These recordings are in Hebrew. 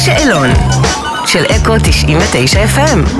השאלון של אקו 99 FM.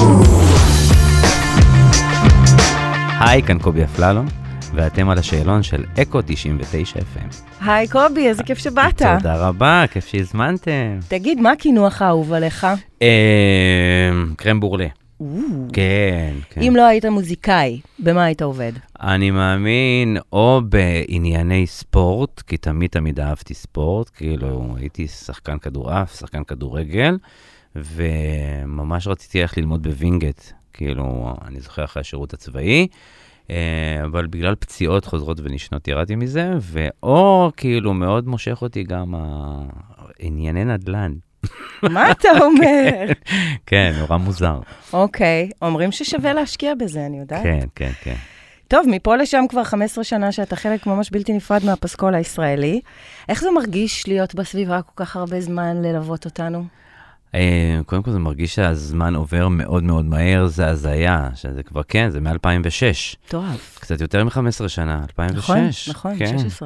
היי, כאן קובי אפללו, ואתם על השאלון של אקו 99 FM. היי קובי, איזה כיף שבאת. תודה רבה, כיף שהזמנתם. תגיד, מה הכינוח האהוב עליך? קרם בורלה. כן, כן. אם לא היית מוזיקאי, במה היית עובד? אני מאמין או בענייני ספורט, כי תמיד אהבתי ספורט, כאילו הייתי שחקן כדורעף, שחקן כדורגל, וממש רציתי איך ללמוד בווינגייט, כאילו אני זוכר אחרי השירות הצבאי, אבל בגלל פציעות חוזרות ונשנות ירדתי מזה, ואו כאילו מאוד מושך אותי גם ענייני נדל"ן. מה אתה אומר? כן, נורא מוזר. אוקיי, אומרים ששווה להשקיע בזה, אני יודעת. כן, כן, כן. טוב, מפה לשם כבר 15 שנה שאתה חלק ממש בלתי נפרד מהפסקול הישראלי. איך זה מרגיש להיות בסביבה כל כך הרבה זמן ללוות אותנו? קודם כל זה מרגיש שהזמן עובר מאוד מאוד מהר, זה הזיה, שזה כבר כן, זה מ-2006. טוב. קצת יותר מ-15 שנה, 2006. נכון, כן. 16.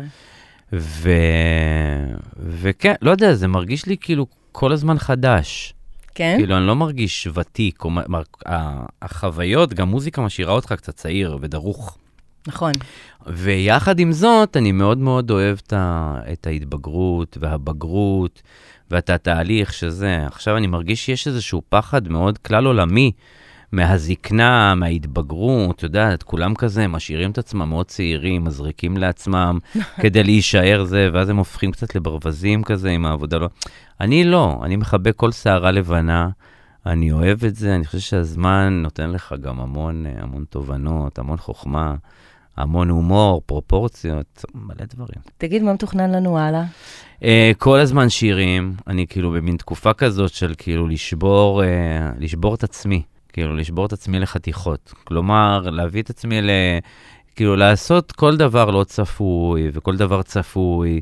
וכן, לא יודע, זה מרגיש לי כאילו כל הזמן חדש. כן? כאילו, אני לא מרגיש ותיק, החוויות, גם מוזיקה משאירה אותך קצת צעיר ודרוך. נכון. ויחד עם זאת, אני מאוד מאוד אוהב את ההתבגרות והבגרות, ואת התהליך שזה. עכשיו אני מרגיש שיש איזשהו פחד מאוד כלל עולמי, מהזקנה, מההתבגרות, אתה יודע, כולם כזה משאירים את עצמם מאוד צעירים, מזריקים לעצמם כדי להישאר זה, ואז הם הופכים קצת לברווזים כזה עם העבודה. לא. אני לא, אני מחבק כל שערה לבנה, אני אוהב את זה, אני חושב שהזמן נותן לך גם המון תובנות, המון חוכמה, המון הומור, פרופורציות, מלא דברים. תגיד, מה מתוכנן לנו הלאה? כל הזמן שירים, אני כאילו במין תקופה כזאת של כאילו לשבור את עצמי. כאילו, לשבור את עצמי לחתיכות. כלומר, להביא את עצמי כאילו, לעשות כל דבר לא צפוי, וכל דבר צפוי.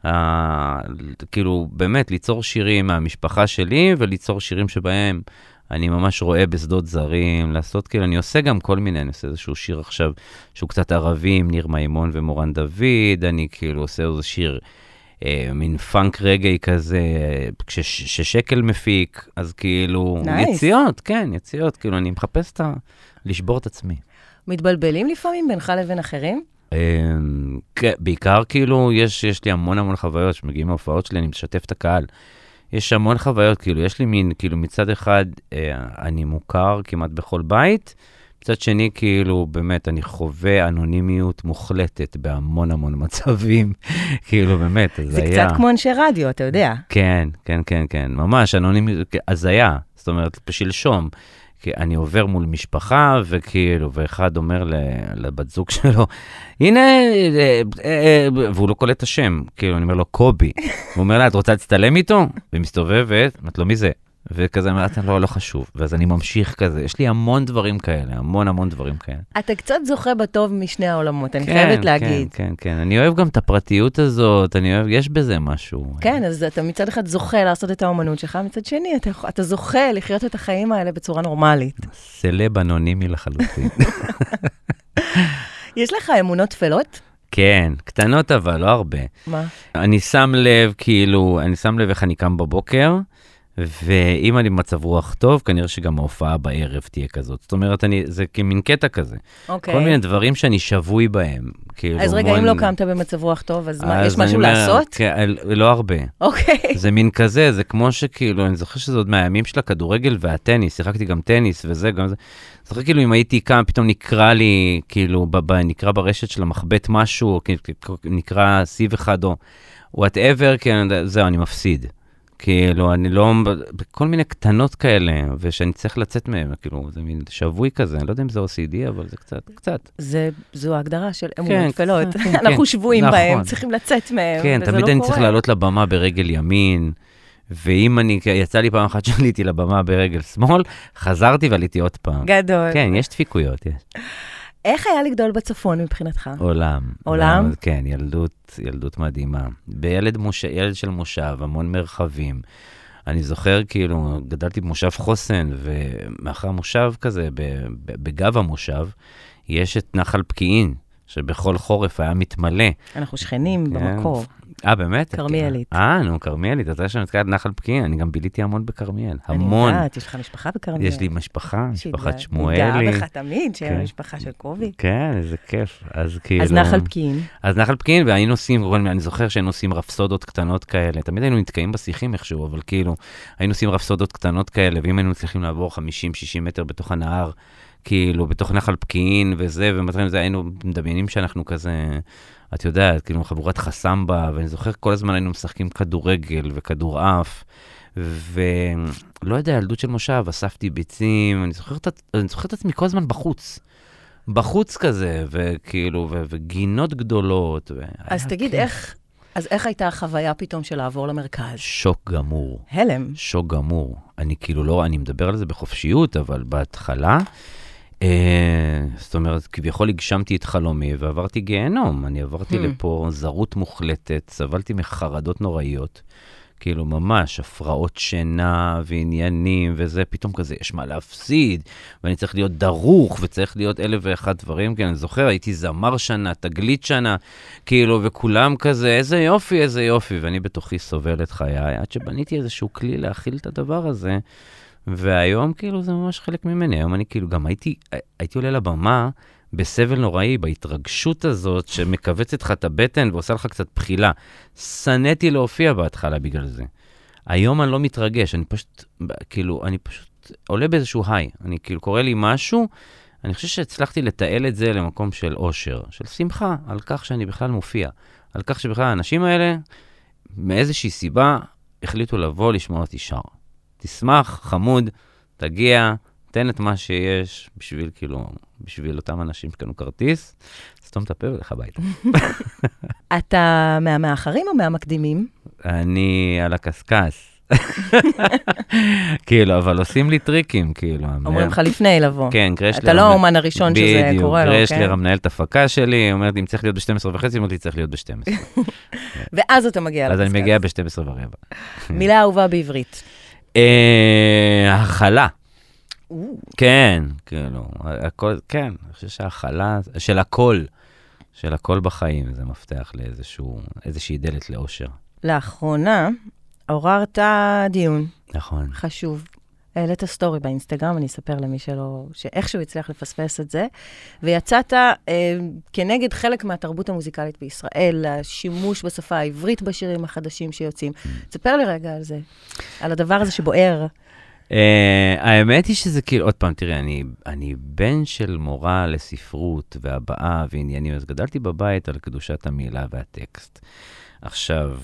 כאילו, באמת, ליצור שירים מהמשפחה שלי, וליצור שירים שבהם אני ממש רואה בשדות זרים, לעשות כאילו, אני עושה גם כל מיני, אני עושה איזשהו שיר עכשיו, שהוא קצת ערבי, עם ניר מימון ומורן דוד, אני כאילו עושה איזה שיר, מין פאנק רגעי כזה, ששקל מפיק, אז כאילו, יציאות, כן, יציאות, כאילו, אני מחפש לשבור את עצמי. מתבלבלים לפעמים בינך לבין אחרים? בעיקר כאילו, יש לי המון חוויות שמגיעים מההופעות שלי, אני משתף את הקהל. יש המון חוויות, כאילו, יש לי מין, כאילו, מצד אחד, אני מוכר כמעט בכל בית, מצד שני, כאילו, באמת, אני חווה אנונימיות מוחלטת בהמון מצבים. כאילו, באמת, זה היה. קצת כמו אנשי רדיו, אתה יודע. כן, ממש, אנונימיות, הזיה. זאת אומרת, בשלשום, כי אני עובר מול משפחה, וכאילו, ואחד אומר לבת זוג שלו, הנה, והוא לא קולט את השם, כאילו, אני אומר לו, קובי. הוא אומר לה, את רוצה להצטלם איתו? ומסתובבת, אמרת לו, מי זה? וכזה אמרת, לא חשוב. ואז אני ממשיך כזה. יש לי המון דברים כאלה, המון דברים כאלה. אתה קצת זוכה בטוב משני העולמות, אני חייבת להגיד. כן. אני אוהב גם את הפרטיות הזאת, יש בזה משהו. כן, אז אתה מצד אחד זוכה לעשות את האומנות שלך, מצד שני, אתה זוכה לחיות את החיים האלה בצורה נורמלית. סלב אנונימי לחלוטין. יש לך אמונות תפלות? כן, קטנות אבל, לא הרבה. מה? אני שם לב איך אני קם בבוקר, ואם אני במצב רוח טוב, כנראה שגם ההופעה בערב תהיה כזאת. זאת אומרת, זה כמין קטע כזה. אוקיי. כל מיני דברים שאני שבוי בהם. אז רגע, אם לא קמת במצב רוח טוב, אז יש משהו לעשות? כן, לא הרבה. אוקיי. זה מין כזה, זה כמו שכאילו, אני זוכר שזה עוד מהימים של הכדורגל והטניס, שיחקתי גם טניס וזה, גם זה. זוכר כאילו, אם הייתי קם, פתאום נקרא לי, כאילו, נקרא ברשת של המחבט משהו, נקרא סיב אחד או whatever, כן, זהו, אני מפסיד. כאילו, אני לא, בכל מיני קטנות כאלה, ושאני צריך לצאת מהם, כאילו, זה מין שבוי כזה, אני לא יודע אם זה OCD, אבל זה קצת. זו ההגדרה של אמונות תפלות. אנחנו שבויים בהם, צריכים לצאת מהם, כן, תמיד אני צריך לעלות לבמה ברגל ימין, ואם יצא לי פעם אחת שעליתי לבמה ברגל שמאל, חזרתי ועליתי עוד פעם. גדול. כן, יש דפיקויות, יש. איך היה לגדול בצפון מבחינתך? עולם? כן, ילדות מדהימה. בילד של מושב, המון מרחבים. אני זוכר, כאילו, גדלתי במושב חוסן, ומאחר המושב כזה, בגב המושב, יש את נחל פקיעין, שבכל חורף היה מתמלא. אנחנו שכנים במקור. באמת? קרמיאלית. נו, קרמיאלית. אתה יודע שאני נתקעת נחל פקיעין, אני גם ביליתי המון בקרמיאל. המון. אני יודעת, יש לך משפחה בקרמיאל. יש לי משפחת שמואלי. גאה בך תמיד, שהיא המשפחה של קובי. כן, איזה כיף. אז כאילו... אז נחל פקיעין. אז נחל פקיעין, והיינו עושים, אני זוכר שהיינו עושים רפסודות קטנות כאלה. תמיד היינו נתקעים בשיחים איכשהו, אבל כאילו, היינו עושים רפסודות קטנות כאלה, ואם היינו צריכים לעבור 50-60 מטר בתוך הנהר, כאילו, בתוך נחל פקיעין וזה, ומתחילים זה, היינו מדמיינים שאנחנו כזה, את יודעת, כאילו, חבורת חסמבה, ואני זוכר כל הזמן היינו משחקים כדורגל וכדורעף, ולא יודע, ילדות של מושב, אספתי ביצים, אני זוכר את עצמי כל הזמן בחוץ כזה, וכאילו, וגינות גדולות. אז תגיד, איך הייתה החוויה פתאום של לעבור למרכז? שוק גמור. הלם. שוק גמור. אני כאילו לא, אני מדבר על זה בחופשיות, אבל בהתחלה, זאת אומרת, כביכול הגשמתי את חלומי ועברתי גיהנום. אני עברתי לפה זרות מוחלטת, סבלתי מחרדות נוראיות, כאילו ממש הפרעות שינה ועניינים וזה, פתאום כזה יש מה להפסיד, ואני צריך להיות דרוך, וצריך להיות 1,001 דברים, כי אני זוכר, הייתי זמר שנה, תגלית שנה, כאילו, וכולם כזה, איזה יופי, ואני בתוכי סובל את חיי, עד שבניתי איזשהו כלי להכיל את הדבר הזה, והיום כאילו זה ממש חלק ממני, היום אני כאילו גם הייתי עולה לבמה, בסבל נוראי, בהתרגשות הזאת, שמקבצת לך את הבטן ועושה לך קצת בחילה. שנאתי להופיע בהתחלה בגלל זה. היום אני לא מתרגש, אני פשוט עולה באיזשהו היי. אני כאילו קורא לי משהו, אני חושב שהצלחתי לתעל את זה למקום של אושר, של שמחה, על כך שאני בכלל מופיע. על כך שבכלל האנשים האלה, מאיזושהי סיבה, החליטו לבוא לשמוע אותי שר. תשמח, חמוד, תגיע, תן את מה שיש בשביל אותם אנשים שקנו כרטיס, סתום את הפה ולך הביתה. אתה מהמאחרים או מהמקדימים? אני על הקסקס. כאילו, אבל עושים לי טריקים, כאילו. אומרים לך לפני לבוא. כן, גרשלר. אתה לא האומן הראשון שזה קורה לו, כן? גרשלר, המנהלת הפקה שלי, אומרת, אם צריך להיות ב-12:30, אומרת לי, צריך להיות ב-12. ואז אתה מגיע לקסקס. אז אני מגיע ב-12:15. מילה אהובה בעברית. הכלה. כן, כאילו, הכל, כן, אני חושב שההכלה של הכל בחיים, זה מפתח לאיזושהי דלת לאושר. לאחרונה, עוררת דיון. נכון. חשוב. העלית סטורי באינסטגרם, אני אספר למי שלא, שאיכשהו הצליח לפספס את זה, ויצאת כנגד חלק מהתרבות המוזיקלית בישראל, השימוש בשפה העברית בשירים החדשים שיוצאים. תספר לי רגע על זה, על הדבר הזה שבוער. האמת היא שזה כאילו, עוד פעם, תראה, אני בן של מורה לספרות והבעה ועניינים, אז גדלתי בבית על קדושת המילה והטקסט. עכשיו,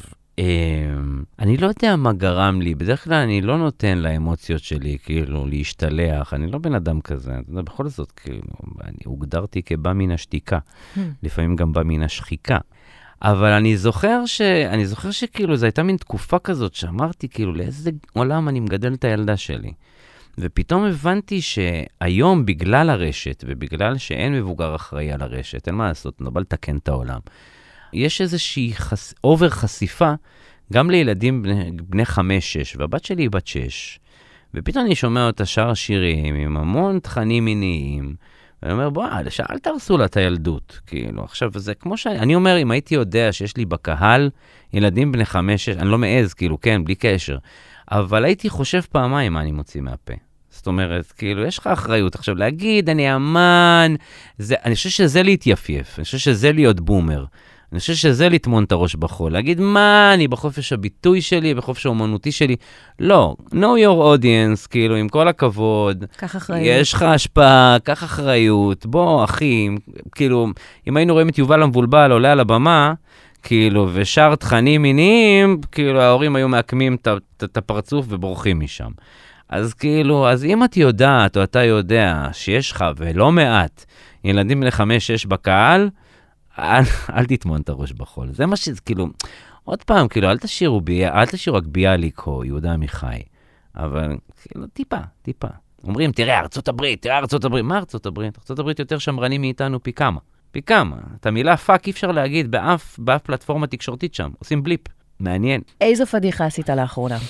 אני לא יודע מה גרם לי, בדרך כלל אני לא נותן לאמוציות שלי כאילו להשתלח, אני לא בן אדם כזה, אתה יודע, בכל זאת, כאילו, אני הוגדרתי כבא מן השתיקה, לפעמים גם בא מן השחיקה. אבל אני זוכר שכאילו זו הייתה מין תקופה כזאת שאמרתי כאילו לאיזה עולם אני מגדל את הילדה שלי. ופתאום הבנתי שהיום בגלל הרשת ובגלל שאין מבוגר אחראי על הרשת, אין מה לעשות, נבל לתקן את העולם. יש איזושהי אובר חשיפה גם לילדים בני 5-6, והבת שלי היא בת 6. ופתאום אני שומע אותה שר שירים עם המון תכנים מיניים, ואני אומר, בוא, אל תרסו לה את הילדות, כאילו, עכשיו, זה כמו אני אומר, אם הייתי יודע שיש לי בקהל ילדים בני 5-6, אני לא מעז, כאילו, כן, בלי קשר, אבל הייתי חושב פעמיים מה אני מוציא מהפה. זאת אומרת, כאילו, יש לך אחריות. עכשיו, להגיד, אני אמן, אני חושב שזה להתייפייף, אני חושב שזה להיות בומר, אני חושב שזה לטמון את הראש בחול, להגיד, מה, אני בחופש הביטוי שלי, בחופש האומנותי שלי, לא, know your audience, כאילו, עם כל הכבוד, קח אחריות. יש לך השפעה, קח אחריות, בוא, אחי, כאילו, אם היינו רואים את יובל המבולבל עולה על הבמה, כאילו, ושר תכנים מיניים, כאילו, ההורים היו מעקמים את הפרצוף ובורחים משם. אז כאילו, אז אם את יודעת, או אתה יודע, שיש לך, ולא מעט, ילדים בני 5-6 בקהל, אל תטמון את הראש בחול. זה מה שזה, כאילו, עוד פעם, כאילו, אל תשאירו רק ביאליק או יהודה עמיחי, אבל, כאילו, טיפה. אומרים, תראה, ארצות הברית, מה ארצות הברית? ארצות הברית יותר שמרנים מאיתנו פי כמה. את המילה פאק אי אפשר להגיד באף פלטפורמה תקשורתית שם, עושים בליפ, מעניין. איזו פדיחה עשית לאחרונה?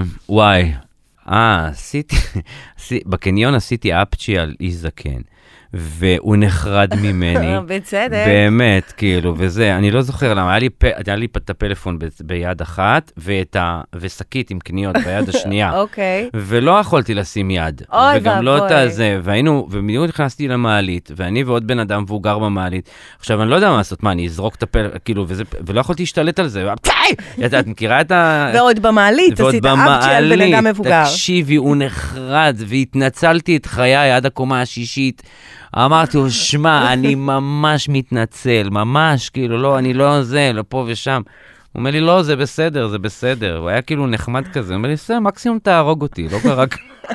וואי, בקניון עשיתי אפצ'י על איש זקן. והוא נחרד ממני. בצדק. באמת, כאילו, וזה, אני לא זוכר למה, היה לי את הפלאפון ביד אחת, ושקית עם קניות ביד השנייה. אוקיי. ולא יכולתי לשים יד. אוי וגם לא ואבוי. את זה, ובדיוק נכנסתי למעלית, ואני ועוד בן אדם מבוגר במעלית. עכשיו, אני לא יודע מה לעשות, מה, אני אזרוק את הפלאפון, כאילו, ולא יכולתי להשתלט על זה. את מכירה את ה... ועוד במעלית, עשית אפצ'י על בן אדם מבוגר. תקשיבי, הוא נחרד, והתנצלתי את חיי עד הקומה השישית. אמרתי לו, שמע, אני ממש מתנצל, ממש, כאילו, לא, אני לא זה, לא פה ושם. הוא אומר לי, לא, זה בסדר, זה בסדר. הוא היה כאילו נחמד כזה, הוא אומר לי, סתם, מקסימום תהרוג אותי, לא קרה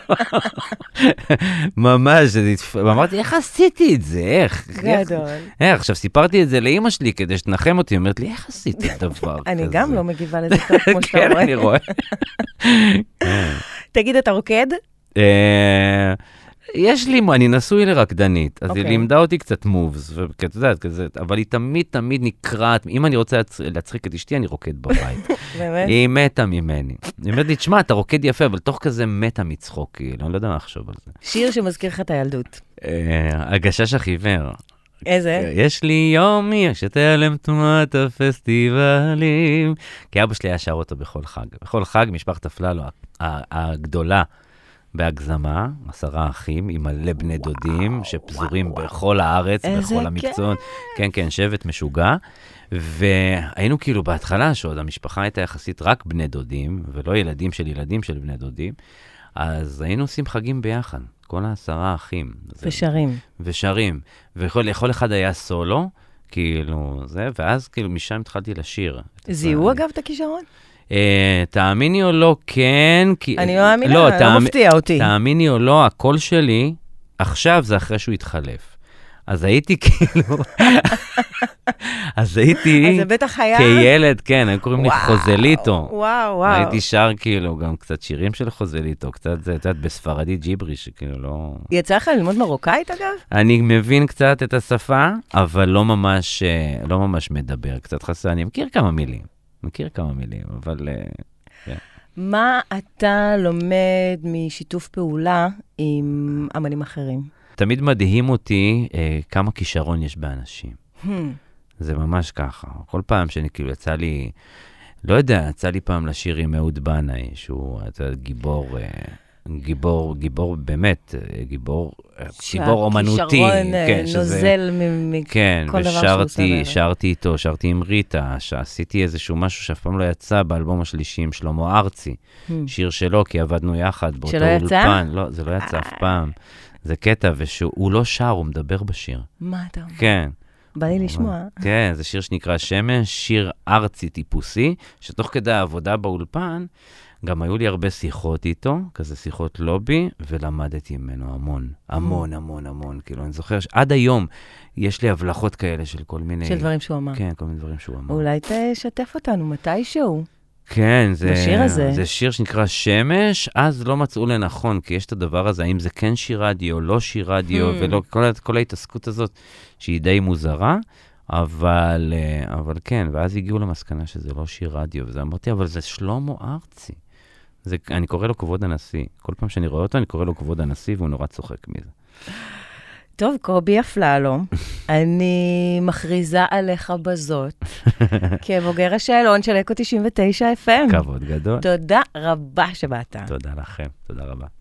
ממש, אמרתי, איך עשיתי את זה? איך? גדול. עכשיו, סיפרתי את זה לאמא שלי כדי שתנחם אותי, היא אומרת לי, איך עשיתי דבר כזה? אני גם לא מגיבה לזה טוב, כמו שאתה כן, רואה. אני רואה. תגיד, אתה רוקד? יש לי, אני נשוי לרקדנית, אז היא אוקיי. לימדה אותי קצת מובס, ואת יודעת, כזה, אבל היא תמיד נקראת, אם אני רוצה להצחיק את אשתי, אני רוקד בבית. באמת? היא מתה ממני. היא אומרת לי, תשמע, אתה רוקד יפה, אבל תוך כזה מתה מצחוק, כאילו, אני לא יודע מה לחשוב על זה. שיר שמזכיר לך את הילדות. הגשש החיוור. איזה? יש לי יומי, שתיעלם תנועת הפסטיבלים. כי אבא שלי היה שר אותו בכל חג. בכל חג, משפחת אפללו הגדולה, בהגזמה, 10 אחים, עם מלא בני דודים, שפזורים בכל הארץ, בכל המקצועות. כן, כן, שבט משוגע. והיינו כאילו בהתחלה, שעוד המשפחה הייתה יחסית רק בני דודים, ולא ילדים של בני דודים, אז היינו עושים חגים ביחד, כל 10 אחים. ושרים. וכל אחד היה סולו, כאילו זה, ואז כאילו משם התחלתי לשיר. זיהו אגב את הכישרון? תאמיני או לא, כן. אני לא מאמינה, לא מפתיע אותי. תאמיני או לא, הקול שלי, עכשיו זה אחרי שהוא התחלף. אז הייתי כאילו, אז זה בטח היה... כילד, כן, הם קוראים לי חוזליטו. וואו. הייתי שר כאילו גם קצת שירים של חוזליטו, קצת זה, יודעת, בספרדית ג'יבריש, כאילו לא... יצא לך ללמוד מרוקאית אגב? אני מבין קצת את השפה, אבל לא ממש מדבר, קצת חסר, אני מכיר כמה מילים, אבל... מה אתה לומד משיתוף פעולה עם אמנים אחרים? תמיד מדהים אותי כמה כישרון יש באנשים. זה ממש ככה. כל פעם שאני כאילו יצא לי, לא יודע, יצא לי פעם לשיר עם אהוד בנאי, שהוא גיבור באמת, גיבור אומנותי. כישרון נוזל מכל דבר שהוא עושה. כן, ושרתי איתו, שרתי עם ריטה, שעשיתי איזשהו משהו שאף פעם לא יצא באלבום השלישי עם שלמה ארצי, שיר שלו, כי עבדנו יחד באותו אולפן. שלא יצא? לא, זה לא יצא אף פעם. זה קטע, ושהוא לא שר, הוא מדבר בשיר. מה אתה אומר? כן. בא לי לשמוע. כן, זה שיר שנקרא שמש, שיר ארצי טיפוסי, שתוך כדי העבודה באולפן, גם היו לי הרבה שיחות איתו, כזה שיחות לובי, ולמדתי ממנו המון. כאילו, אני זוכר שעד היום יש לי הבלחות כאלה של כל מיני... של דברים שהוא אמר. כן, כל מיני דברים שהוא אמר. אולי תשתף אותנו מתישהו. כן, בשיר הזה. זה שיר שנקרא שמש, אז לא מצאו לנכון, כי יש את הדבר הזה, האם זה כן שיר רדיו, לא שיר רדיו, ולא כל ההתעסקות הזאת, שהיא די מוזרה, אבל כן, ואז הגיעו למסקנה שזה לא שיר רדיו, וזה אמרתי, אבל זה שלמה ארצי. אני קורא לו כבוד הנשיא. כל פעם שאני רואה אותו, אני קורא לו כבוד הנשיא, והוא נורא צוחק מזה. טוב, קובי אפללו, אני מכריזה עליך בזאת, כבוגר השאלון של אקו 99 FM. כבוד גדול. תודה רבה שבאת. תודה לכם, תודה רבה.